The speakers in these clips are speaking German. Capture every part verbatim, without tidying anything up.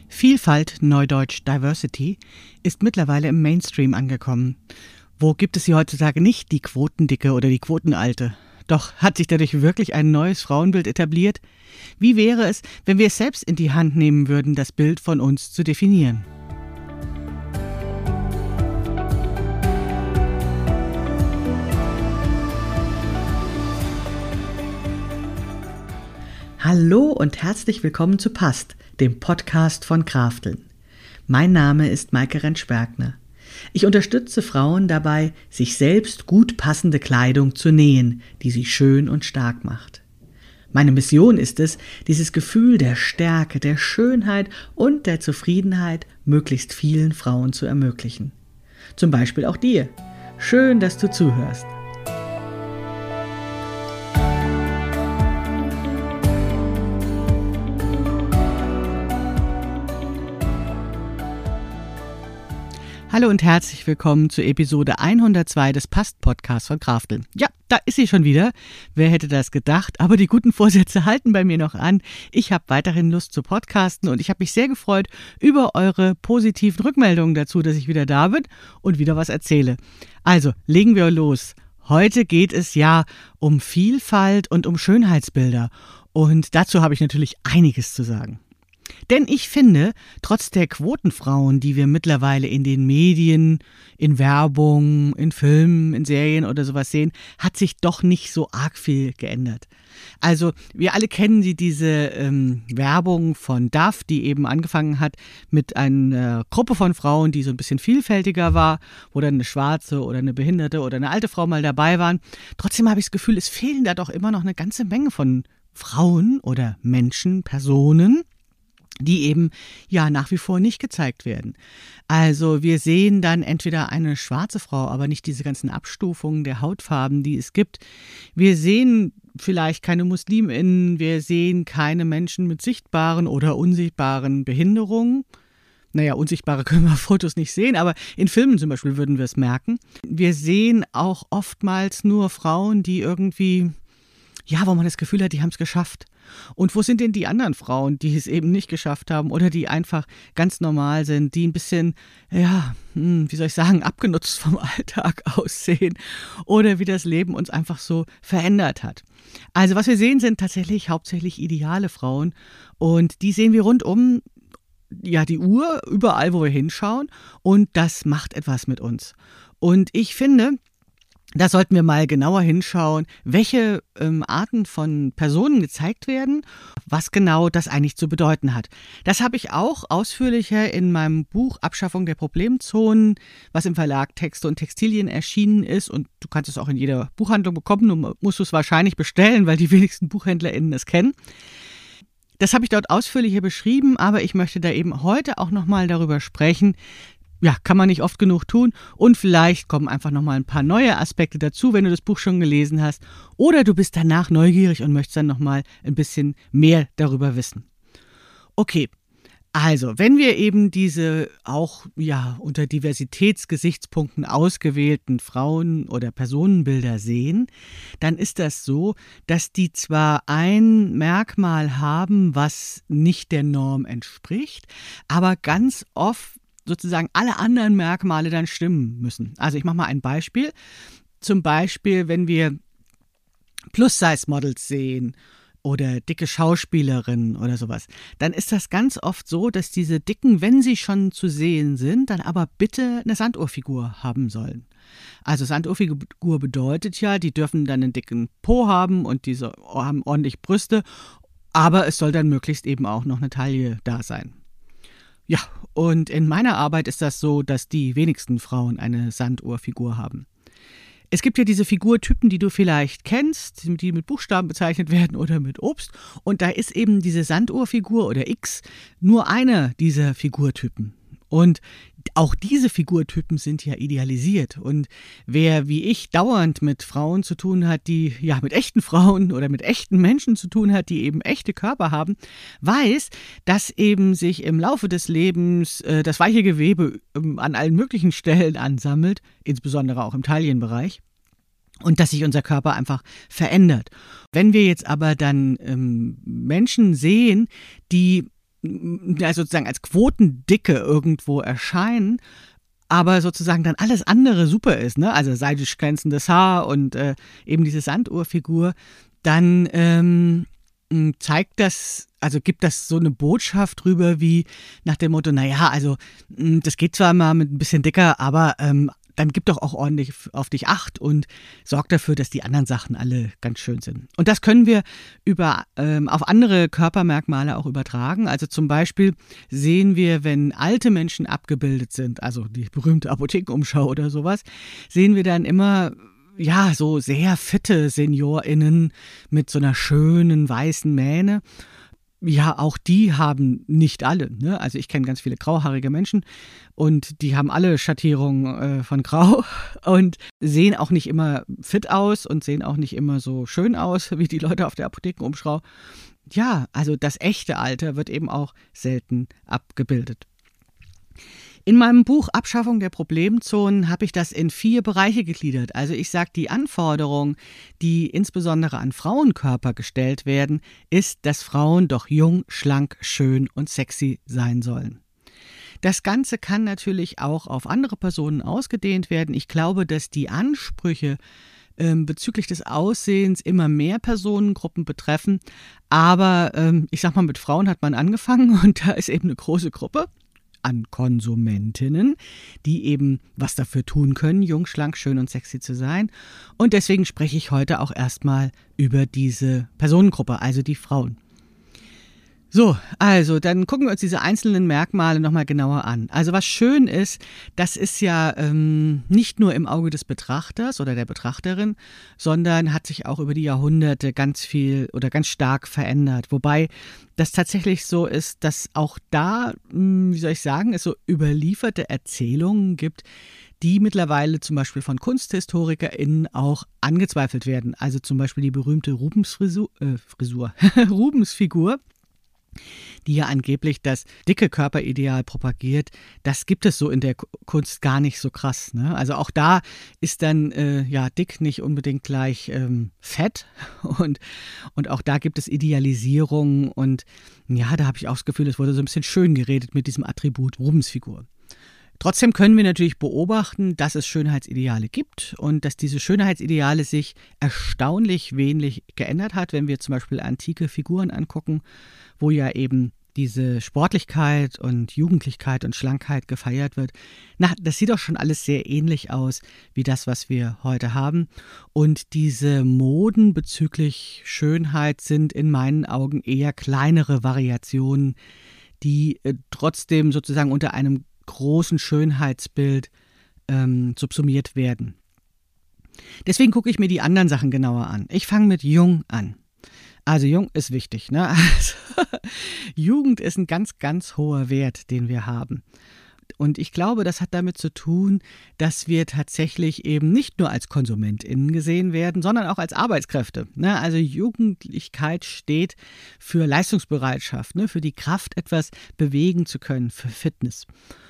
Vielfalt, neudeutsch Diversity, ist mittlerweile im Mainstream angekommen. Wo gibt es sie heutzutage nicht, die Quotendicke oder die Quotenalte? Doch hat sich dadurch wirklich ein neues Frauenbild etabliert? Wie wäre es, wenn wir es selbst in die Hand nehmen würden, das Bild von uns zu definieren? Hallo und herzlich willkommen zu Passt, dem Podcast von Krafteln. Mein Name ist Maike Rentsch-Bergner. Ich unterstütze Frauen dabei, sich selbst gut passende Kleidung zu nähen, die sie schön und stark macht. Meine Mission ist es, dieses Gefühl der Stärke, der Schönheit und der Zufriedenheit möglichst vielen Frauen zu ermöglichen. Zum Beispiel auch dir. Schön, dass du zuhörst. Hallo und herzlich willkommen zu Episode hundertzwei des Passt-Podcasts von Krafteln. Ja, da ist sie schon wieder. Wer hätte das gedacht? Aber die guten Vorsätze halten bei mir noch an. Ich habe weiterhin Lust zu podcasten und ich habe mich sehr gefreut über eure positiven Rückmeldungen dazu, dass ich wieder da bin und wieder was erzähle. Also, legen wir los. Heute geht es ja um Vielfalt und um Schönheitsbilder. Und dazu habe ich natürlich einiges zu sagen. Denn ich finde, trotz der Quotenfrauen, die wir mittlerweile in den Medien, in Werbung, in Filmen, in Serien oder sowas sehen, hat sich doch nicht so arg viel geändert. Also wir alle kennen die, diese ähm, Werbung von Dove, die eben angefangen hat mit einer Gruppe von Frauen, die so ein bisschen vielfältiger war, wo dann eine schwarze oder eine behinderte oder eine alte Frau mal dabei waren. Trotzdem habe ich das Gefühl, es fehlen da doch immer noch eine ganze Menge von Frauen oder Menschen, Personen, die eben ja nach wie vor nicht gezeigt werden. Also wir sehen dann entweder eine schwarze Frau, aber nicht diese ganzen Abstufungen der Hautfarben, die es gibt. Wir sehen vielleicht keine MuslimInnen, wir sehen keine Menschen mit sichtbaren oder unsichtbaren Behinderungen. Naja, unsichtbare können wir auf Fotos nicht sehen, aber in Filmen zum Beispiel würden wir es merken. Wir sehen auch oftmals nur Frauen, die irgendwie, ja, wo man das Gefühl hat, die haben es geschafft. Und wo sind denn die anderen Frauen, die es eben nicht geschafft haben oder die einfach ganz normal sind, die ein bisschen, ja, wie soll ich sagen, abgenutzt vom Alltag aussehen oder wie das Leben uns einfach so verändert hat. Also was wir sehen, sind tatsächlich hauptsächlich ideale Frauen und die sehen wir rund um ja, die Uhr, überall, wo wir hinschauen und das macht etwas mit uns. Und ich finde, da sollten wir mal genauer hinschauen, welche ähm, Arten von Personen gezeigt werden, was genau das eigentlich zu bedeuten hat. Das habe ich auch ausführlicher in meinem Buch Abschaffung der Problemzonen, was im Verlag Texte und Textilien erschienen ist. Und du kannst es auch in jeder Buchhandlung bekommen. Du musst es wahrscheinlich bestellen, weil die wenigsten BuchhändlerInnen es kennen. Das habe ich dort ausführlicher beschrieben, aber ich möchte da eben heute auch nochmal darüber sprechen. Ja, kann man nicht oft genug tun und vielleicht kommen einfach nochmal ein paar neue Aspekte dazu, wenn du das Buch schon gelesen hast oder du bist danach neugierig und möchtest dann nochmal ein bisschen mehr darüber wissen. Okay, also wenn wir eben diese auch ja unter Diversitätsgesichtspunkten ausgewählten Frauen- oder Personenbilder sehen, dann ist das so, dass die zwar ein Merkmal haben, was nicht der Norm entspricht, aber ganz oft sozusagen alle anderen Merkmale dann stimmen müssen. Also ich mache mal ein Beispiel. Zum Beispiel, wenn wir Plus-Size-Models sehen oder dicke Schauspielerinnen oder sowas, dann ist das ganz oft so, dass diese Dicken, wenn sie schon zu sehen sind, dann aber bitte eine Sanduhrfigur haben sollen. Also Sanduhrfigur bedeutet ja, die dürfen dann einen dicken Po haben und diese haben ordentlich Brüste, aber es soll dann möglichst eben auch noch eine Taille da sein. Ja, und in meiner Arbeit ist das so, dass die wenigsten Frauen eine Sanduhrfigur haben. Es gibt ja diese Figurtypen, die du vielleicht kennst, die mit Buchstaben bezeichnet werden oder mit Obst. Und da ist eben diese Sanduhrfigur oder X nur eine dieser Figurtypen. Und auch diese Figurtypen sind ja idealisiert. Und wer wie ich dauernd mit Frauen zu tun hat, die ja mit echten Frauen oder mit echten Menschen zu tun hat, die eben echte Körper haben, weiß, dass eben sich im Laufe des Lebens äh, das weiche Gewebe ähm, an allen möglichen Stellen ansammelt, insbesondere auch im Taillenbereich. Und dass sich unser Körper einfach verändert. Wenn wir jetzt aber dann ähm, Menschen sehen, die ja, sozusagen als Quotendicke irgendwo erscheinen, aber sozusagen dann alles andere super ist, ne? Also seidig glänzendes Haar und äh, eben diese Sanduhrfigur, dann ähm, zeigt das, also gibt das so eine Botschaft drüber wie nach dem Motto, naja, also das geht zwar mal mit ein bisschen dicker, aber ähm, dann gib doch auch ordentlich auf dich Acht und sorg dafür, dass die anderen Sachen alle ganz schön sind. Und das können wir über, ähm, auf andere Körpermerkmale auch übertragen. Also zum Beispiel sehen wir, wenn alte Menschen abgebildet sind, also die berühmte Apothekenumschau oder sowas, sehen wir dann immer, ja, so sehr fitte SeniorInnen mit so einer schönen weißen Mähne. Ja, auch die haben nicht alle, ne? Also ich kenne ganz viele grauhaarige Menschen und die haben alle Schattierungen äh, von Grau und sehen auch nicht immer fit aus und sehen auch nicht immer so schön aus wie die Leute auf der Apothekenumschau. Ja, also das echte Alter wird eben auch selten abgebildet. In meinem Buch Abschaffung der Problemzonen habe ich das in vier Bereiche gegliedert. Also ich sage, die Anforderung, die insbesondere an Frauenkörper gestellt werden, ist, dass Frauen doch jung, schlank, schön und sexy sein sollen. Das Ganze kann natürlich auch auf andere Personen ausgedehnt werden. Ich glaube, dass die Ansprüche ähm, bezüglich des Aussehens immer mehr Personengruppen betreffen. Aber ähm, ich sag mal, mit Frauen hat man angefangen und da ist eben eine große Gruppe an Konsumentinnen, die eben was dafür tun können, jung, schlank, schön und sexy zu sein. Und deswegen spreche ich heute auch erstmal über diese Personengruppe, also die Frauen. So, also dann gucken wir uns diese einzelnen Merkmale nochmal genauer an. Also was schön ist, das ist ja ähm, nicht nur im Auge des Betrachters oder der Betrachterin, sondern hat sich auch über die Jahrhunderte ganz viel oder ganz stark verändert. Wobei das tatsächlich so ist, dass auch da, wie soll ich sagen, es so überlieferte Erzählungen gibt, die mittlerweile zum Beispiel von KunsthistorikerInnen auch angezweifelt werden. Also zum Beispiel die berühmte Rubensfrisur, äh, Frisur, Rubensfigur, die ja angeblich das dicke Körperideal propagiert, das gibt es so in der Kunst gar nicht so krass, ne? Also auch da ist dann äh, ja dick nicht unbedingt gleich ähm, fett und, und auch da gibt es Idealisierung und ja, da habe ich auch das Gefühl, es wurde so ein bisschen schön geredet mit diesem Attribut Rubensfigur. Trotzdem können wir natürlich beobachten, dass es Schönheitsideale gibt und dass diese Schönheitsideale sich erstaunlich wenig geändert hat, wenn wir zum Beispiel antike Figuren angucken, wo ja eben diese Sportlichkeit und Jugendlichkeit und Schlankheit gefeiert wird. Na, das sieht doch schon alles sehr ähnlich aus wie das, was wir heute haben. Und diese Moden bezüglich Schönheit sind in meinen Augen eher kleinere Variationen, die äh, trotzdem sozusagen unter einem großen Schönheitsbild ähm, subsumiert werden. Deswegen gucke ich mir die anderen Sachen genauer an. Ich fange mit jung an. Also jung ist wichtig, ne? Also, Jugend ist ein ganz, ganz hoher Wert, den wir haben. Und ich glaube, das hat damit zu tun, dass wir tatsächlich eben nicht nur als KonsumentInnen gesehen werden, sondern auch als Arbeitskräfte. Ne? Also Jugendlichkeit steht für Leistungsbereitschaft, ne? Für die Kraft, etwas bewegen zu können, für Fitness.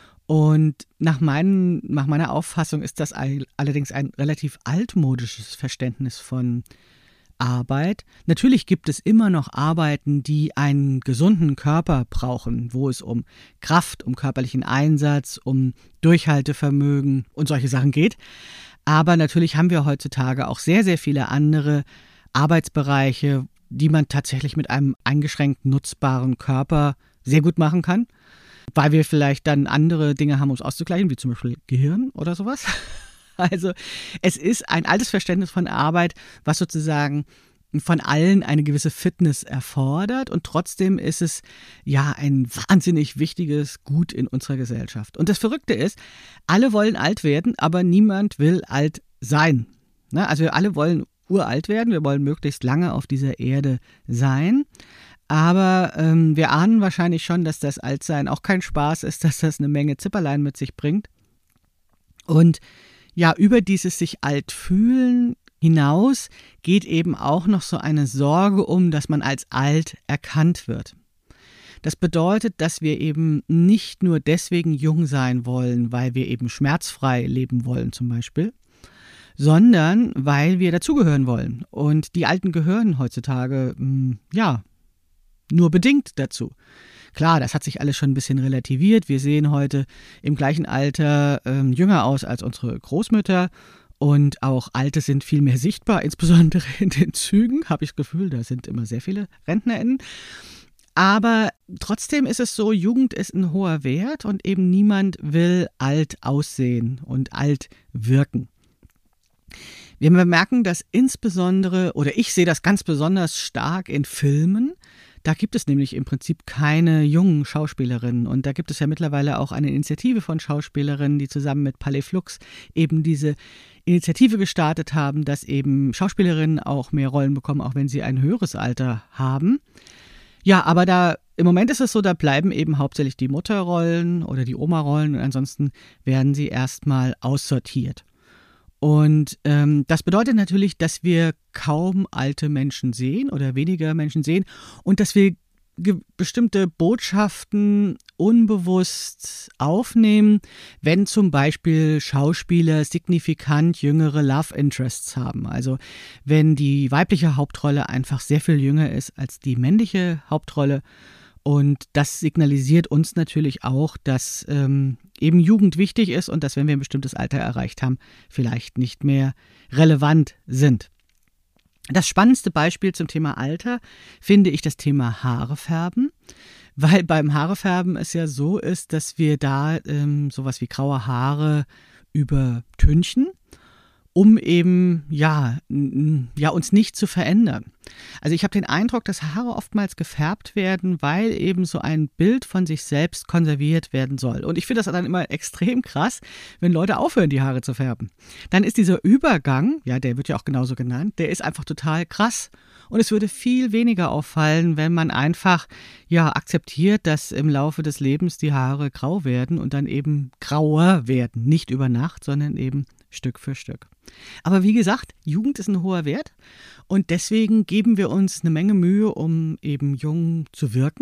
Und nach, meinen, nach meiner Auffassung ist das allerdings ein relativ altmodisches Verständnis von Arbeit. Natürlich gibt es immer noch Arbeiten, die einen gesunden Körper brauchen, wo es um Kraft, um körperlichen Einsatz, um Durchhaltevermögen und solche Sachen geht. Aber natürlich haben wir heutzutage auch sehr, sehr viele andere Arbeitsbereiche, die man tatsächlich mit einem eingeschränkt nutzbaren Körper sehr gut machen kann, weil wir vielleicht dann andere Dinge haben, um es auszugleichen, wie zum Beispiel Gehirn oder sowas. Also es ist ein altes Verständnis von Arbeit, was sozusagen von allen eine gewisse Fitness erfordert und trotzdem ist es ja ein wahnsinnig wichtiges Gut in unserer Gesellschaft. Und das Verrückte ist, alle wollen alt werden, aber niemand will alt sein. Also wir alle wollen uralt werden, wir wollen möglichst lange auf dieser Erde sein. Aber ähm, wir ahnen wahrscheinlich schon, dass das Altsein auch kein Spaß ist, dass das eine Menge Zipperlein mit sich bringt. Und ja, über dieses sich alt fühlen hinaus geht eben auch noch so eine Sorge um, dass man als alt erkannt wird. Das bedeutet, dass wir eben nicht nur deswegen jung sein wollen, weil wir eben schmerzfrei leben wollen zum Beispiel, sondern weil wir dazugehören wollen. Und die Alten gehören heutzutage, ja, nur bedingt dazu. Klar, das hat sich alles schon ein bisschen relativiert. Wir sehen heute im gleichen Alter ähm, jünger aus als unsere Großmütter. Und auch Alte sind viel mehr sichtbar, insbesondere in den Zügen, habe ich das Gefühl, da sind immer sehr viele RentnerInnen. Aber trotzdem ist es so, Jugend ist ein hoher Wert und eben niemand will alt aussehen und alt wirken. Wir merken das insbesondere, oder ich sehe das ganz besonders stark in Filmen. Da gibt es nämlich im Prinzip keine jungen Schauspielerinnen. Und da gibt es ja mittlerweile auch eine Initiative von Schauspielerinnen, die zusammen mit Palais Flux eben diese Initiative gestartet haben, dass eben Schauspielerinnen auch mehr Rollen bekommen, auch wenn sie ein höheres Alter haben. Ja, aber da im Moment ist es so, da bleiben eben hauptsächlich die Mutterrollen oder die Oma-Rollen und ansonsten werden sie erstmal aussortiert. Und ähm, das bedeutet natürlich, dass wir kaum alte Menschen sehen oder weniger Menschen sehen und dass wir ge- bestimmte Botschaften unbewusst aufnehmen, wenn zum Beispiel Schauspieler signifikant jüngere Love Interests haben. Also wenn die weibliche Hauptrolle einfach sehr viel jünger ist als die männliche Hauptrolle. Und das signalisiert uns natürlich auch, dass ähm, eben Jugend wichtig ist und dass, wenn wir ein bestimmtes Alter erreicht haben, vielleicht nicht mehr relevant sind. Das spannendste Beispiel zum Thema Alter finde ich das Thema Haare färben, weil beim Haarefärben es ja so ist, dass wir da ähm, sowas wie graue Haare übertünchen, um eben ja, n- ja uns nicht zu verändern. Also ich habe den Eindruck, dass Haare oftmals gefärbt werden, weil eben so ein Bild von sich selbst konserviert werden soll. Und ich finde das dann immer extrem krass, wenn Leute aufhören, die Haare zu färben. Dann ist dieser Übergang, ja, der wird ja auch genauso genannt, der ist einfach total krass. Und es würde viel weniger auffallen, wenn man einfach ja akzeptiert, dass im Laufe des Lebens die Haare grau werden und dann eben grauer werden. Nicht über Nacht, sondern eben Stück für Stück. Aber wie gesagt, Jugend ist ein hoher Wert und deswegen geben wir uns eine Menge Mühe, um eben jung zu wirken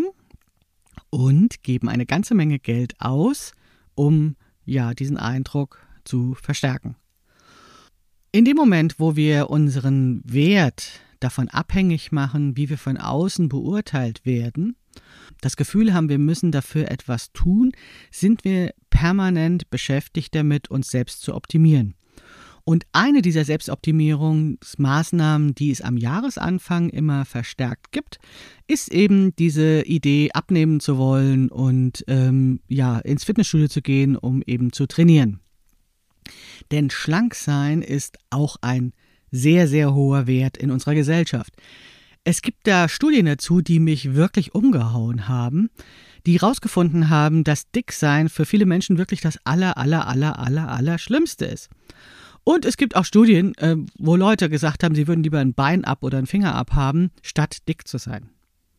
und geben eine ganze Menge Geld aus, um ja diesen Eindruck zu verstärken. In dem Moment, wo wir unseren Wert davon abhängig machen, wie wir von außen beurteilt werden, das Gefühl haben, wir müssen dafür etwas tun, sind wir permanent beschäftigt damit, uns selbst zu optimieren. Und eine dieser Selbstoptimierungsmaßnahmen, die es am Jahresanfang immer verstärkt gibt, ist eben diese Idee, abnehmen zu wollen und ähm, ja, ins Fitnessstudio zu gehen, um eben zu trainieren. Denn schlank sein ist auch ein sehr, sehr hoher Wert in unserer Gesellschaft. Es gibt da Studien dazu, die mich wirklich umgehauen haben, die herausgefunden haben, dass Dicksein für viele Menschen wirklich das aller, aller, aller, aller, aller Schlimmste ist. Und es gibt auch Studien, äh, wo Leute gesagt haben, sie würden lieber ein Bein ab oder einen Finger abhaben, statt dick zu sein.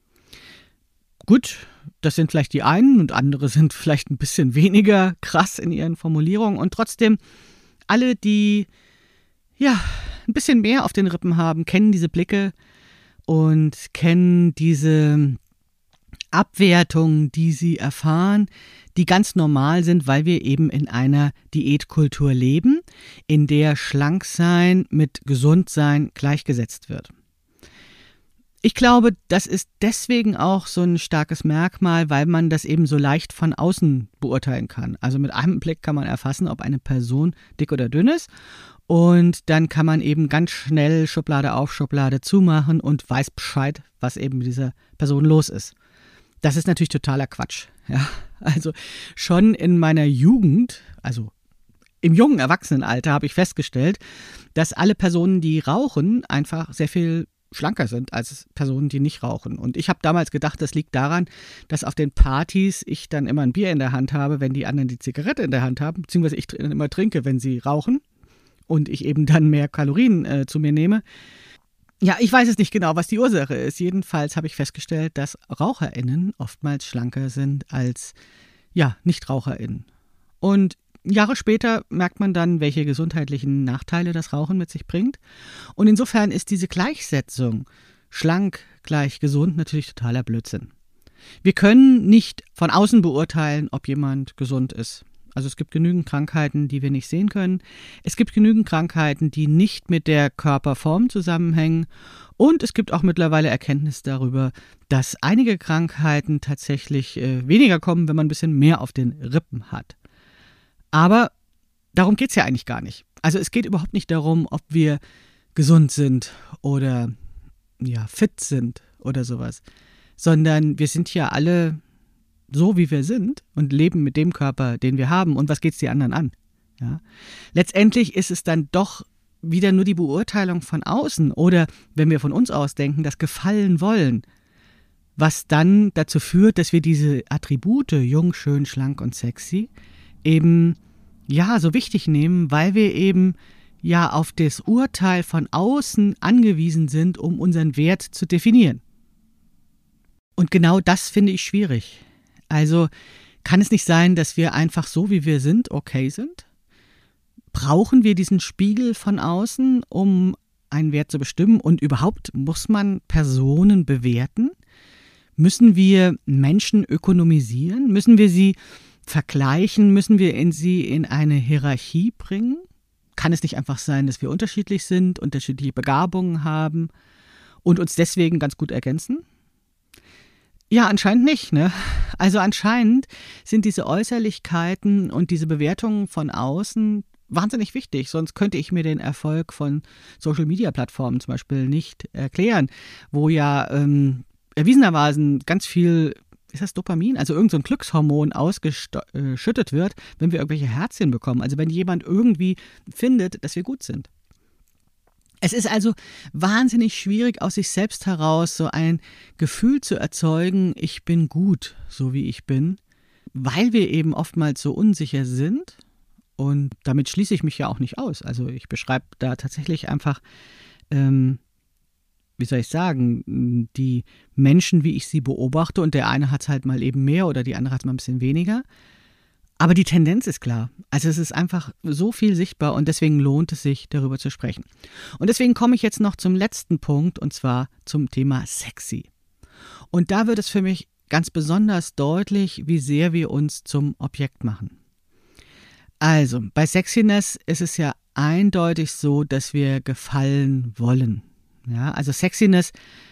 Gut, das sind vielleicht die einen und andere sind vielleicht ein bisschen weniger krass in ihren Formulierungen. Und trotzdem, alle, die ja ein bisschen mehr auf den Rippen haben, kennen diese Blicke und kennen diese Abwertungen, die sie erfahren, die ganz normal sind, weil wir eben in einer Diätkultur leben, in der Schlanksein mit Gesundsein gleichgesetzt wird. Ich glaube, das ist deswegen auch so ein starkes Merkmal, weil man das eben so leicht von außen beurteilen kann. Also mit einem Blick kann man erfassen, ob eine Person dick oder dünn ist. Und dann kann man eben ganz schnell Schublade auf, Schublade zumachen und weiß Bescheid, was eben mit dieser Person los ist. Das ist natürlich totaler Quatsch. Ja, also schon in meiner Jugend, also im jungen Erwachsenenalter, habe ich festgestellt, dass alle Personen, die rauchen, einfach sehr viel schlanker sind als Personen, die nicht rauchen. Und ich habe damals gedacht, das liegt daran, dass auf den Partys ich dann immer ein Bier in der Hand habe, wenn die anderen die Zigarette in der Hand haben, beziehungsweise ich immer trinke, wenn sie rauchen und ich eben dann mehr Kalorien äh, zu mir nehme. Ja, ich weiß es nicht genau, was die Ursache ist. Jedenfalls habe ich festgestellt, dass RaucherInnen oftmals schlanker sind als ja, NichtraucherInnen. Und Jahre später merkt man dann, welche gesundheitlichen Nachteile das Rauchen mit sich bringt. Und insofern ist diese Gleichsetzung schlank gleich gesund natürlich totaler Blödsinn. Wir können nicht von außen beurteilen, ob jemand gesund ist. Also es gibt genügend Krankheiten, die wir nicht sehen können. Es gibt genügend Krankheiten, die nicht mit der Körperform zusammenhängen. Und es gibt auch mittlerweile Erkenntnis darüber, dass einige Krankheiten tatsächlich äh, weniger kommen, wenn man ein bisschen mehr auf den Rippen hat. Aber darum geht es ja eigentlich gar nicht. Also es geht überhaupt nicht darum, ob wir gesund sind oder ja, fit sind oder sowas, sondern wir sind ja alle so, wie wir sind und leben mit dem Körper, den wir haben. Und was geht es die anderen an? Ja? Letztendlich ist es dann doch wieder nur die Beurteilung von außen oder, wenn wir von uns aus denken, das Gefallen wollen, was dann dazu führt, dass wir diese Attribute, jung, schön, schlank und sexy, eben ja so wichtig nehmen, weil wir eben ja auf das Urteil von außen angewiesen sind, um unseren Wert zu definieren. Und genau das finde ich schwierig. Also kann es nicht sein, dass wir einfach so, wie wir sind, okay sind? Brauchen wir diesen Spiegel von außen, um einen Wert zu bestimmen? Und überhaupt muss man Personen bewerten? Müssen wir Menschen ökonomisieren? Müssen wir sie vergleichen? Müssen wir in sie in eine Hierarchie bringen? Kann es nicht einfach sein, dass wir unterschiedlich sind, unterschiedliche Begabungen haben und uns deswegen ganz gut ergänzen? Ja, anscheinend nicht, ne? Also anscheinend sind diese Äußerlichkeiten und diese Bewertungen von außen wahnsinnig wichtig, sonst könnte ich mir den Erfolg von Social-Media-Plattformen zum Beispiel nicht erklären, wo ja ähm, erwiesenermaßen ganz viel, ist das Dopamin, also irgend so ein Glückshormon ausgeschüttet wird, wenn wir irgendwelche Herzchen bekommen, also wenn jemand irgendwie findet, dass wir gut sind. Es ist also wahnsinnig schwierig, aus sich selbst heraus so ein Gefühl zu erzeugen, ich bin gut, so wie ich bin, weil wir eben oftmals so unsicher sind. Und damit schließe ich mich ja auch nicht aus. Also ich beschreibe da tatsächlich einfach, ähm, wie soll ich sagen, die Menschen, wie ich sie beobachte. Und der eine hat es halt mal eben mehr oder die andere hat es mal ein bisschen weniger. Aber die Tendenz ist klar. Also es ist einfach so viel sichtbar und deswegen lohnt es sich, darüber zu sprechen. Und deswegen komme ich jetzt noch zum letzten Punkt und zwar zum Thema sexy. Und da wird es für mich ganz besonders deutlich, wie sehr wir uns zum Objekt machen. Also bei Sexiness ist es ja eindeutig so, dass wir gefallen wollen. Ja, also Sexiness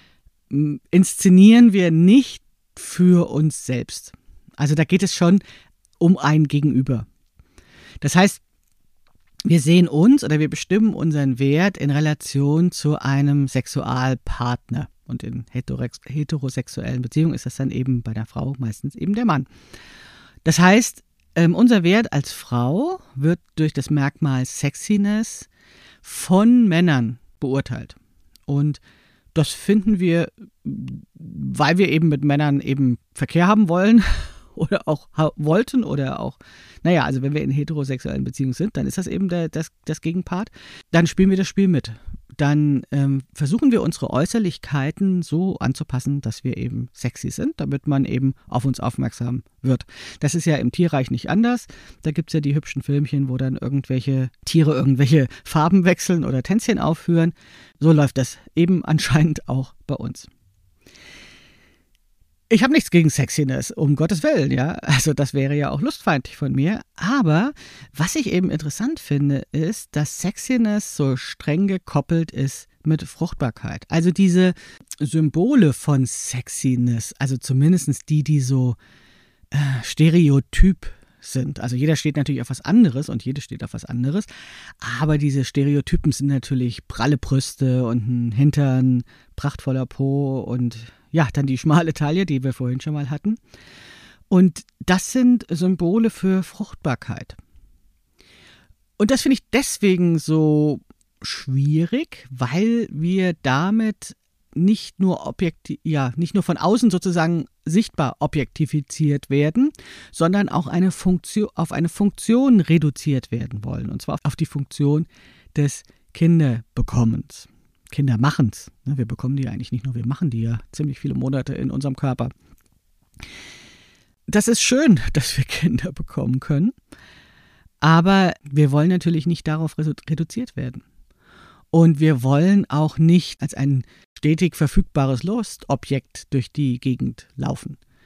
inszenieren wir nicht für uns selbst. Also da geht es schon um ein Gegenüber. Das heißt, wir sehen uns oder wir bestimmen unseren Wert in Relation zu einem Sexualpartner. Und in heterosexuellen Beziehungen ist das dann eben bei der Frau meistens eben der Mann. Das heißt, ähm, unser Wert als Frau wird durch das Merkmal Sexiness von Männern beurteilt. Und das finden wir, weil wir eben mit Männern eben Verkehr haben wollen oder auch ha- wollten oder auch, naja, also wenn wir in heterosexuellen Beziehungen sind, dann ist das eben der, das, das Gegenpart. Dann spielen wir das Spiel mit. Dann ähm, versuchen wir unsere Äußerlichkeiten so anzupassen, dass wir eben sexy sind, damit man eben auf uns aufmerksam wird. Das ist ja im Tierreich nicht anders. Da gibt es ja die hübschen Filmchen, wo dann irgendwelche Tiere irgendwelche Farben wechseln oder Tänzchen aufführen. So läuft das eben anscheinend auch bei uns. Ich habe nichts gegen Sexiness, um Gottes Willen, ja. Also das wäre ja auch lustfeindlich von mir. Aber was ich eben interessant finde, ist, dass Sexiness so streng gekoppelt ist mit Fruchtbarkeit. Also diese Symbole von Sexiness, also zumindest die, die so äh, stereotyp sind. Also jeder steht natürlich auf was anderes und jede steht auf was anderes. Aber diese Stereotypen sind natürlich pralle Brüste und ein Hintern, prachtvoller Po und ja, dann die schmale Taille, die wir vorhin schon mal hatten. Und das sind Symbole für Fruchtbarkeit. Und das finde ich deswegen so schwierig, weil wir damit nicht nur objekti- ja, nicht nur von außen sozusagen sichtbar objektifiziert werden, sondern auch eine Funktion, auf eine Funktion reduziert werden wollen. Und zwar auf die Funktion des Kinderbekommens. Kindermachens. Wir bekommen die ja eigentlich nicht nur, wir machen die ja ziemlich viele Monate in unserem Körper. Das ist schön, dass wir Kinder bekommen können, aber wir wollen natürlich nicht darauf reduziert werden. Und wir wollen auch nicht als ein stetig verfügbares Lustobjekt durch die Gegend laufen.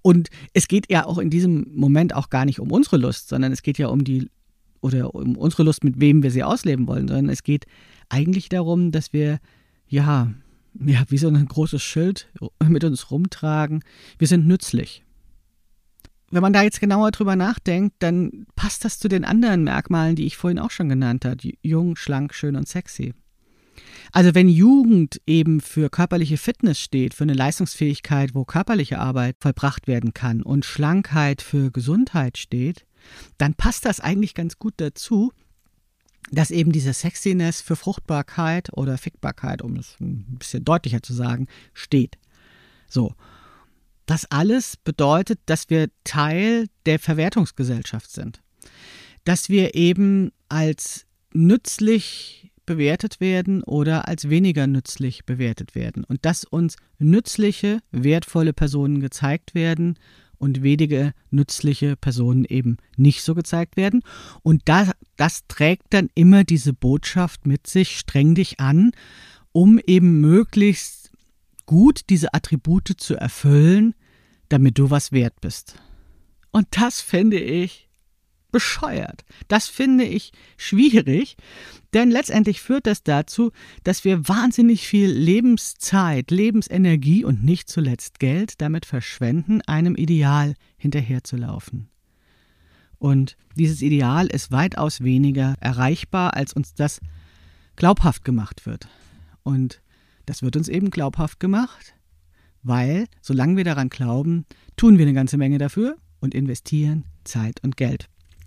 Und es geht ja auch in diesem Moment auch gar nicht um unsere Lust, sondern es geht ja um die, oder um unsere Lust, mit wem wir sie ausleben wollen, sondern es geht eigentlich darum, dass wir, ja, ja, wie so ein großes Schild mit uns rumtragen, wir sind nützlich. Wenn man da jetzt genauer drüber nachdenkt, dann passt das zu den anderen Merkmalen, die ich vorhin auch schon genannt habe. Jung, schlank, schön und sexy. Also wenn Jugend eben für körperliche Fitness steht, für eine Leistungsfähigkeit, wo körperliche Arbeit vollbracht werden kann, und Schlankheit für Gesundheit steht, dann passt das eigentlich ganz gut dazu, dass eben diese Sexiness für Fruchtbarkeit oder Fickbarkeit, um es ein bisschen deutlicher zu sagen, steht. So. Das alles bedeutet, dass wir Teil der Verwertungsgesellschaft sind. Dass wir eben als nützlich bewertet werden oder als weniger nützlich bewertet werden. Und dass uns nützliche, wertvolle Personen gezeigt werden und wenige nützliche Personen eben nicht so gezeigt werden. Und das, das trägt dann immer diese Botschaft mit sich: streng dich an, um eben möglichst gut diese Attribute zu erfüllen, damit du was wert bist. Und das finde ich bescheuert. Das finde ich schwierig, denn letztendlich führt das dazu, dass wir wahnsinnig viel Lebenszeit, Lebensenergie und nicht zuletzt Geld damit verschwenden, einem Ideal hinterherzulaufen. Und dieses Ideal ist weitaus weniger erreichbar, als uns das glaubhaft gemacht wird. Und das wird uns eben glaubhaft gemacht, weil, solange wir daran glauben, tun wir eine ganze Menge dafür und investieren Zeit und Geld.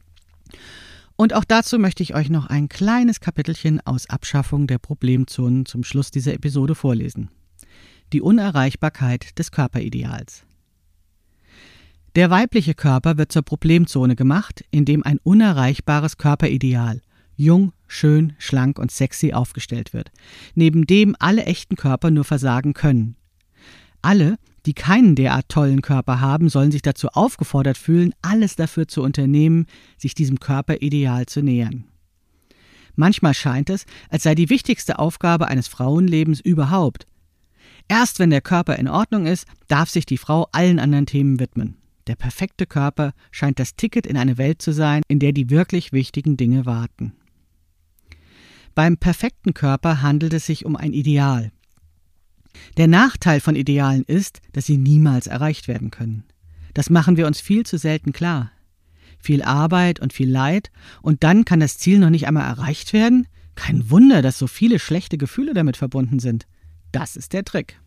Und auch dazu möchte ich euch noch ein kleines Kapitelchen aus Abschaffung der Problemzonen zum Schluss dieser Episode vorlesen. Die Unerreichbarkeit des Körperideals. Der weibliche Körper wird zur Problemzone gemacht, indem ein unerreichbares Körperideal, jung, schön, schlank und sexy aufgestellt wird, neben dem alle echten Körper nur versagen können. Alle, die keinen derart tollen Körper haben, sollen sich dazu aufgefordert fühlen, alles dafür zu unternehmen, sich diesem Körperideal zu nähern. Manchmal scheint es, als sei die wichtigste Aufgabe eines Frauenlebens überhaupt: erst wenn der Körper in Ordnung ist, darf sich die Frau allen anderen Themen widmen. Der perfekte Körper scheint das Ticket in eine Welt zu sein, in der die wirklich wichtigen Dinge warten. Beim perfekten Körper handelt es sich um ein Ideal. Der Nachteil von Idealen ist, dass sie niemals erreicht werden können. Das machen wir uns viel zu selten klar. Viel Arbeit und viel Leid, und dann kann das Ziel noch nicht einmal erreicht werden? Kein Wunder, dass so viele schlechte Gefühle damit verbunden sind. Das ist der Trick.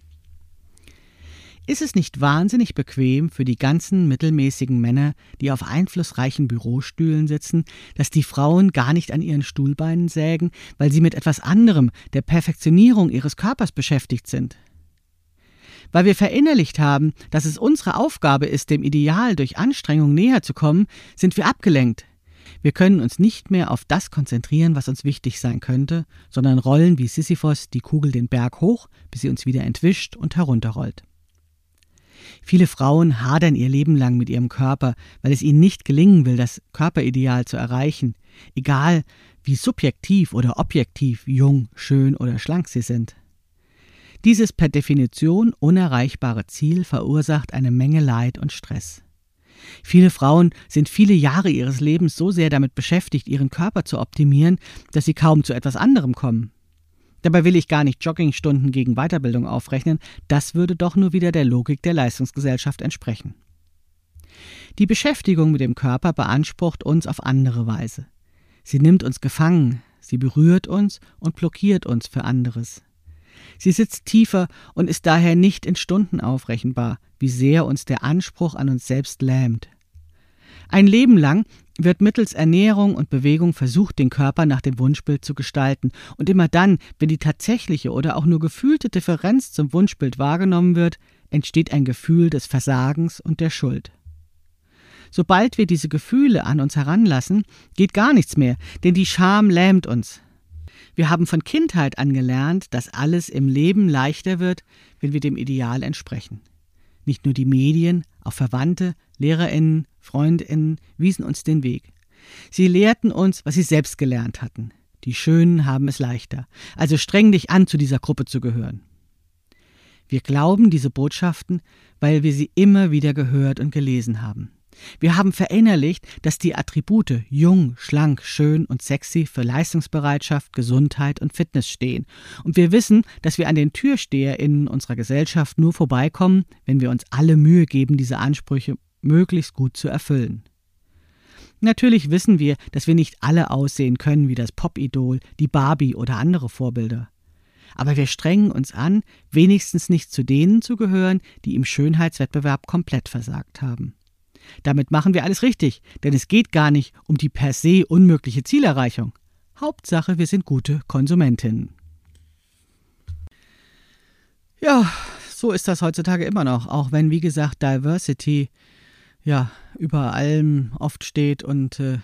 Ist es nicht wahnsinnig bequem für die ganzen mittelmäßigen Männer, die auf einflussreichen Bürostühlen sitzen, dass die Frauen gar nicht an ihren Stuhlbeinen sägen, weil sie mit etwas anderem, der Perfektionierung ihres Körpers, beschäftigt sind? Weil wir verinnerlicht haben, dass es unsere Aufgabe ist, dem Ideal durch Anstrengung näher zu kommen, sind wir abgelenkt. Wir können uns nicht mehr auf das konzentrieren, was uns wichtig sein könnte, sondern rollen wie Sisyphos die Kugel den Berg hoch, bis sie uns wieder entwischt und herunterrollt. Viele Frauen hadern ihr Leben lang mit ihrem Körper, weil es ihnen nicht gelingen will, das Körperideal zu erreichen, egal wie subjektiv oder objektiv jung, schön oder schlank sie sind. Dieses per Definition unerreichbare Ziel verursacht eine Menge Leid und Stress. Viele Frauen sind viele Jahre ihres Lebens so sehr damit beschäftigt, ihren Körper zu optimieren, dass sie kaum zu etwas anderem kommen. Dabei will ich gar nicht Joggingstunden gegen Weiterbildung aufrechnen, das würde doch nur wieder der Logik der Leistungsgesellschaft entsprechen. Die Beschäftigung mit dem Körper beansprucht uns auf andere Weise. Sie nimmt uns gefangen, sie berührt uns und blockiert uns für anderes. Sie sitzt tiefer und ist daher nicht in Stunden aufrechenbar, wie sehr uns der Anspruch an uns selbst lähmt. Ein Leben lang wird mittels Ernährung und Bewegung versucht, den Körper nach dem Wunschbild zu gestalten. Und immer dann, wenn die tatsächliche oder auch nur gefühlte Differenz zum Wunschbild wahrgenommen wird, entsteht ein Gefühl des Versagens und der Schuld. Sobald wir diese Gefühle an uns heranlassen, geht gar nichts mehr, denn die Scham lähmt uns. Wir haben von Kindheit an gelernt, dass alles im Leben leichter wird, wenn wir dem Ideal entsprechen. Nicht nur die Medien, auch Verwandte, LehrerInnen, FreundInnen wiesen uns den Weg. Sie lehrten uns, was sie selbst gelernt hatten. Die Schönen haben es leichter. Also streng dich an, zu dieser Gruppe zu gehören. Wir glauben diese Botschaften, weil wir sie immer wieder gehört und gelesen haben. Wir haben verinnerlicht, dass die Attribute jung, schlank, schön und sexy für Leistungsbereitschaft, Gesundheit und Fitness stehen. Und wir wissen, dass wir an den TürsteherInnen unserer Gesellschaft nur vorbeikommen, wenn wir uns alle Mühe geben, diese Ansprüche möglichst gut zu erfüllen. Natürlich wissen wir, dass wir nicht alle aussehen können wie das Pop-Idol, die Barbie oder andere Vorbilder. Aber wir strengen uns an, wenigstens nicht zu denen zu gehören, die im Schönheitswettbewerb komplett versagt haben. Damit machen wir alles richtig, denn es geht gar nicht um die per se unmögliche Zielerreichung. Hauptsache, wir sind gute Konsumentinnen. Ja, so ist das heutzutage immer noch, auch wenn, wie gesagt, Diversity ja über allem oft steht und äh,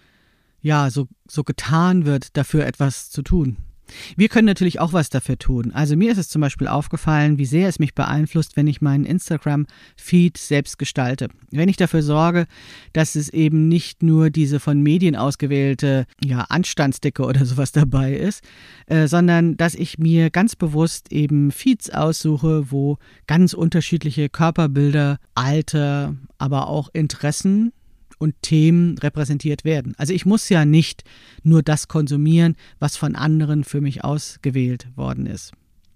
ja so, so getan wird, dafür etwas zu tun. Wir können natürlich auch was dafür tun. Also mir ist es zum Beispiel aufgefallen, wie sehr es mich beeinflusst, wenn ich meinen Instagram-Feed selbst gestalte. Wenn ich dafür sorge, dass es eben nicht nur diese von Medien ausgewählte ja, Anstandsdicke oder sowas dabei ist, äh, sondern dass ich mir ganz bewusst eben Feeds aussuche, wo ganz unterschiedliche Körperbilder, Alter, aber auch Interessen und Themen repräsentiert werden. Also ich muss ja nicht nur das konsumieren, was von anderen für mich ausgewählt worden ist.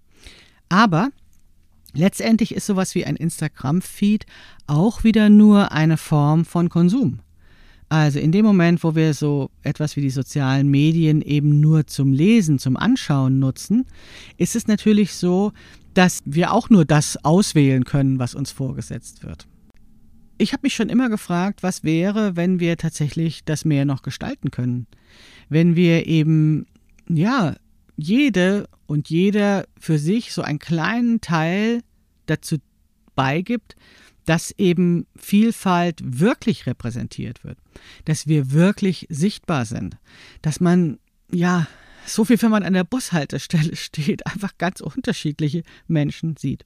Aber letztendlich ist sowas wie ein Instagram-Feed auch wieder nur eine Form von Konsum. Also in dem Moment, wo wir so etwas wie die sozialen Medien eben nur zum Lesen, zum Anschauen nutzen, ist es natürlich so, dass wir auch nur das auswählen können, was uns vorgesetzt wird. Ich habe mich schon immer gefragt, was wäre, wenn wir tatsächlich das mehr noch gestalten können. Wenn wir eben, ja, jede und jeder für sich so einen kleinen Teil dazu beigibt, dass eben Vielfalt wirklich repräsentiert wird. Dass wir wirklich sichtbar sind. Dass man, ja, so viel, wenn man an der Bushaltestelle steht, einfach ganz unterschiedliche Menschen sieht.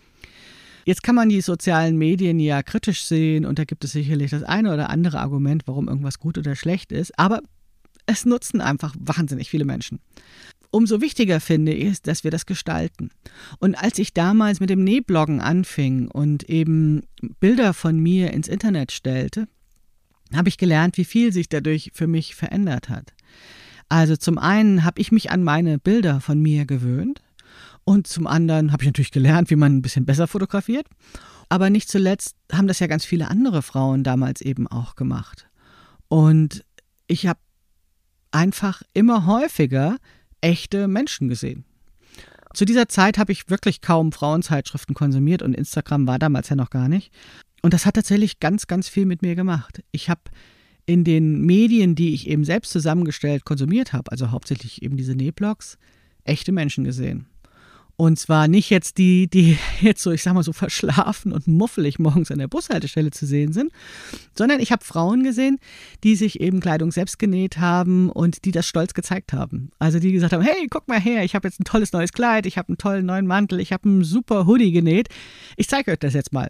Jetzt kann man die sozialen Medien ja kritisch sehen und da gibt es sicherlich das eine oder andere Argument, warum irgendwas gut oder schlecht ist, aber es nutzen einfach wahnsinnig viele Menschen. Umso wichtiger finde ich es, dass wir das gestalten. Und als ich damals mit dem Nähbloggen anfing und eben Bilder von mir ins Internet stellte, habe ich gelernt, wie viel sich dadurch für mich verändert hat. Also zum einen habe ich mich an meine Bilder von mir gewöhnt. Und zum anderen habe ich natürlich gelernt, wie man ein bisschen besser fotografiert. Aber nicht zuletzt haben das ja ganz viele andere Frauen damals eben auch gemacht. Und ich habe einfach immer häufiger echte Menschen gesehen. Zu dieser Zeit habe ich wirklich kaum Frauenzeitschriften konsumiert und Instagram war damals ja noch gar nicht. Und das hat tatsächlich ganz, ganz viel mit mir gemacht. Ich habe in den Medien, die ich eben selbst zusammengestellt konsumiert habe, also hauptsächlich eben diese Nähblogs, echte Menschen gesehen. Und zwar nicht jetzt die, die jetzt so, ich sag mal so verschlafen und muffelig morgens an der Bushaltestelle zu sehen sind, sondern ich habe Frauen gesehen, die sich eben Kleidung selbst genäht haben und die das stolz gezeigt haben. Also die gesagt haben, hey, guck mal her, ich habe jetzt ein tolles neues Kleid, ich habe einen tollen neuen Mantel, ich habe einen super Hoodie genäht. Ich zeige euch das jetzt mal.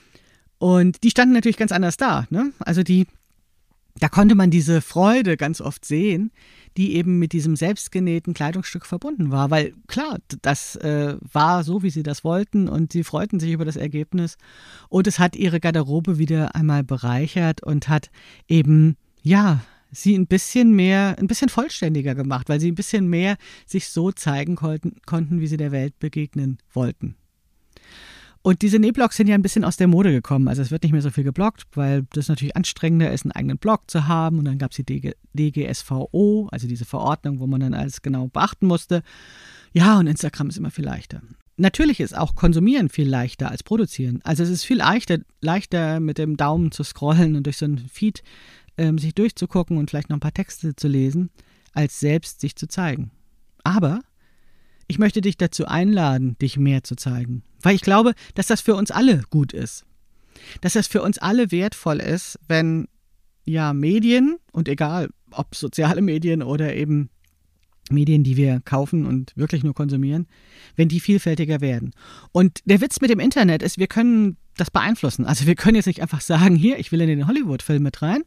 Und die standen natürlich ganz anders da, ne? Also die, da konnte man diese Freude ganz oft sehen, die eben mit diesem selbstgenähten Kleidungsstück verbunden war. Weil klar, das äh, war so, wie sie das wollten und sie freuten sich über das Ergebnis. Und es hat ihre Garderobe wieder einmal bereichert und hat eben, ja, sie ein bisschen mehr, ein bisschen vollständiger gemacht, weil sie ein bisschen mehr sich so zeigen konnten, konnten, wie sie der Welt begegnen wollten. Und diese Nähblogs sind ja ein bisschen aus der Mode gekommen. Also es wird nicht mehr so viel gebloggt, weil das natürlich anstrengender ist, einen eigenen Blog zu haben. Und dann gab es die D G S V O, also diese Verordnung, wo man dann alles genau beachten musste. Ja, und Instagram ist immer viel leichter. Natürlich ist auch Konsumieren viel leichter als Produzieren. Also es ist viel leichter, leichter mit dem Daumen zu scrollen und durch so einen Feed ähm, sich durchzugucken und vielleicht noch ein paar Texte zu lesen, als selbst sich zu zeigen. Aber ich möchte dich dazu einladen, dich mehr zu zeigen. Weil ich glaube, dass das für uns alle gut ist. Dass das für uns alle wertvoll ist, wenn ja Medien, und egal ob soziale Medien oder eben Medien, die wir kaufen und wirklich nur konsumieren, wenn die vielfältiger werden. Und der Witz mit dem Internet ist, wir können das beeinflussen. Also wir können jetzt nicht einfach sagen, hier, ich will in den Hollywood-Film mit rein.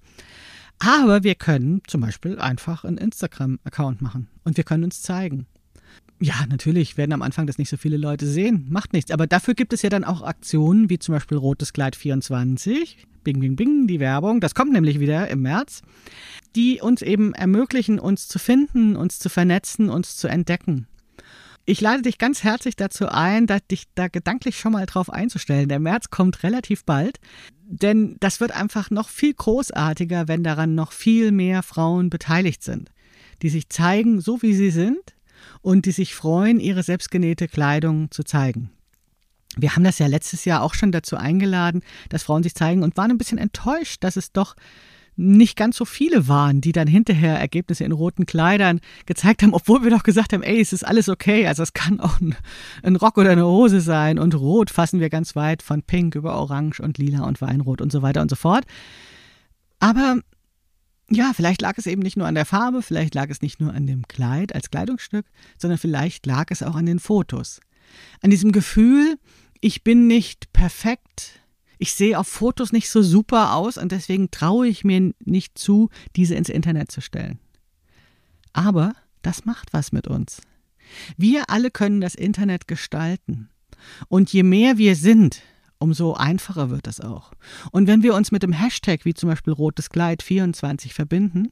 Aber wir können zum Beispiel einfach einen Instagram-Account machen und wir können uns zeigen. Ja, natürlich werden am Anfang das nicht so viele Leute sehen, macht nichts. Aber dafür gibt es ja dann auch Aktionen, wie zum Beispiel Rotes Kleid vierundzwanzig, bing, bing, bing, die Werbung, das kommt nämlich wieder im März, die uns eben ermöglichen, uns zu finden, uns zu vernetzen, uns zu entdecken. Ich lade dich ganz herzlich dazu ein, dich da gedanklich schon mal drauf einzustellen. Der März kommt relativ bald, denn das wird einfach noch viel großartiger, wenn daran noch viel mehr Frauen beteiligt sind, die sich zeigen, so wie sie sind, und die sich freuen, ihre selbstgenähte Kleidung zu zeigen. Wir haben das ja letztes Jahr auch schon dazu eingeladen, dass Frauen sich zeigen und waren ein bisschen enttäuscht, dass es doch nicht ganz so viele waren, die dann hinterher Ergebnisse in roten Kleidern gezeigt haben, obwohl wir doch gesagt haben, ey, es ist alles okay, also es kann auch ein, ein Rock oder eine Hose sein und rot fassen wir ganz weit von pink über orange und lila und weinrot und so weiter und so fort. Aber ja, vielleicht lag es eben nicht nur an der Farbe, vielleicht lag es nicht nur an dem Kleid als Kleidungsstück, sondern vielleicht lag es auch an den Fotos. An diesem Gefühl, ich bin nicht perfekt, ich sehe auf Fotos nicht so super aus und deswegen traue ich mir nicht zu, diese ins Internet zu stellen. Aber das macht was mit uns. Wir alle können das Internet gestalten. Und je mehr wir sind, umso einfacher wird es auch. Und wenn wir uns mit dem Hashtag, wie zum Beispiel Rotes Kleid vierundzwanzig, verbinden,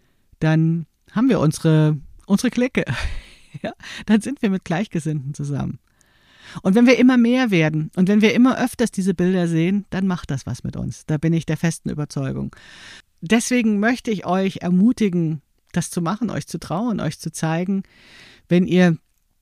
dann haben wir unsere, unsere Clique. Ja, dann sind wir mit Gleichgesinnten zusammen. Und wenn wir immer mehr werden und wenn wir immer öfters diese Bilder sehen, dann macht das was mit uns. Da bin ich der festen Überzeugung. Deswegen möchte ich euch ermutigen, das zu machen, euch zu trauen, euch zu zeigen. Wenn ihr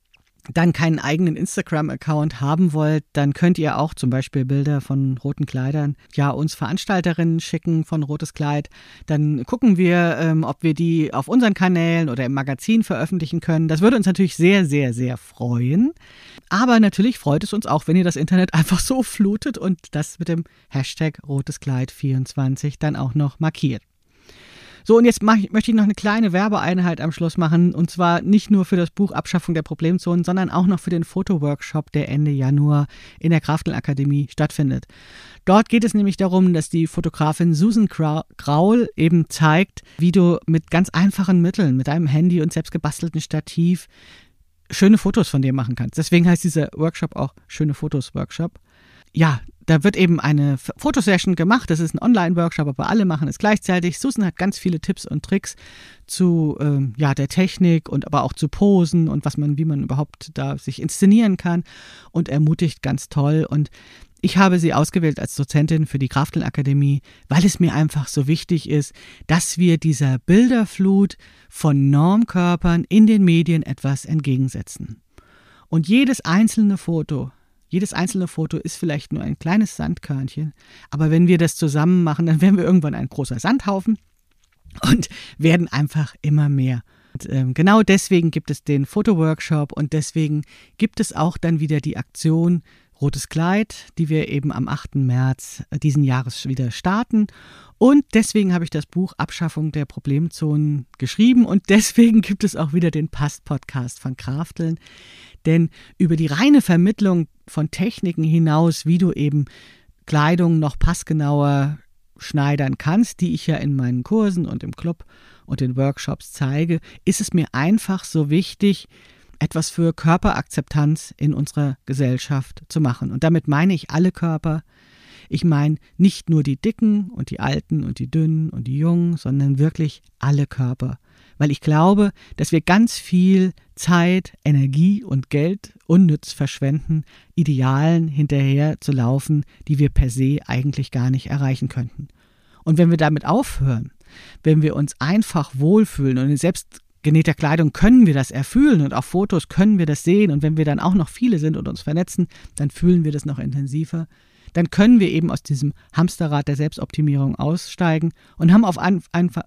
dann keinen eigenen Instagram-Account haben wollt, dann könnt ihr auch zum Beispiel Bilder von roten Kleidern ja uns Veranstalterinnen schicken von Rotes Kleid. Dann gucken wir, ähm, ob wir die auf unseren Kanälen oder im Magazin veröffentlichen können. Das würde uns natürlich sehr, sehr, sehr freuen. Aber natürlich freut es uns auch, wenn ihr das Internet einfach so flutet und das mit dem Hashtag Rotes Kleid vierundzwanzig dann auch noch markiert. So, und jetzt mach ich, möchte ich noch eine kleine Werbeeinheit am Schluss machen, und zwar nicht nur für das Buch Abschaffung der Problemzonen, sondern auch noch für den Fotoworkshop, der Ende Januar in der Krafteln Akademie stattfindet. Dort geht es nämlich darum, dass die Fotografin Susan Graul eben zeigt, wie du mit ganz einfachen Mitteln, mit deinem Handy und selbst gebastelten Stativ schöne Fotos von dir machen kannst. Deswegen heißt dieser Workshop auch Schöne Fotos Workshop. Ja, da wird eben eine Fotosession gemacht. Das ist ein Online-Workshop, aber alle machen es gleichzeitig. Susan hat ganz viele Tipps und Tricks zu ähm, ja, der Technik und aber auch zu Posen und was man, wie man überhaupt da sich inszenieren kann, und ermutigt ganz toll. Und ich habe sie ausgewählt als Dozentin für die Krafteln Akademie, weil es mir einfach so wichtig ist, dass wir dieser Bilderflut von Normkörpern in den Medien etwas entgegensetzen. Und jedes einzelne Foto Jedes einzelne Foto ist vielleicht nur ein kleines Sandkörnchen, aber wenn wir das zusammen machen, dann werden wir irgendwann ein großer Sandhaufen und werden einfach immer mehr. Und, ähm, genau deswegen gibt es den Fotoworkshop und deswegen gibt es auch dann wieder die Aktion Rotes Kleid, die wir eben am achten März diesen Jahres wieder starten. Und deswegen habe ich das Buch Abschaffung der Problemzonen geschrieben und deswegen gibt es auch wieder den Past-Podcast von Krafteln. Denn über die reine Vermittlung von Techniken hinaus, wie du eben Kleidung noch passgenauer schneidern kannst, die ich ja in meinen Kursen und im Club und den Workshops zeige, ist es mir einfach so wichtig, etwas für Körperakzeptanz in unserer Gesellschaft zu machen. Und damit meine ich alle Körper. Ich meine nicht nur die Dicken und die Alten und die Dünnen und die Jungen, sondern wirklich alle Körper. Weil ich glaube, dass wir ganz viel Zeit, Energie und Geld unnütz verschwenden, Idealen hinterher zu laufen, die wir per se eigentlich gar nicht erreichen könnten. Und wenn wir damit aufhören, wenn wir uns einfach wohlfühlen und in selbstgenähter Kleidung können wir das erfühlen und auf Fotos können wir das sehen, und wenn wir dann auch noch viele sind und uns vernetzen, dann fühlen wir das noch intensiver. Dann können wir eben aus diesem Hamsterrad der Selbstoptimierung aussteigen und haben auf ein, einfach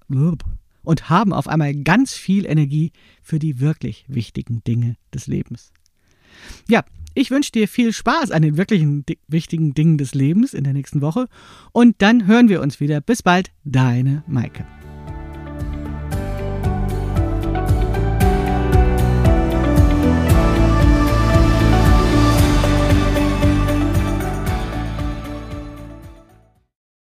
und haben auf einmal ganz viel Energie für die wirklich wichtigen Dinge des Lebens. Ja, ich wünsche dir viel Spaß an den wirklichen wichtigen Dingen des Lebens in der nächsten Woche und dann hören wir uns wieder. Bis bald, deine Maike.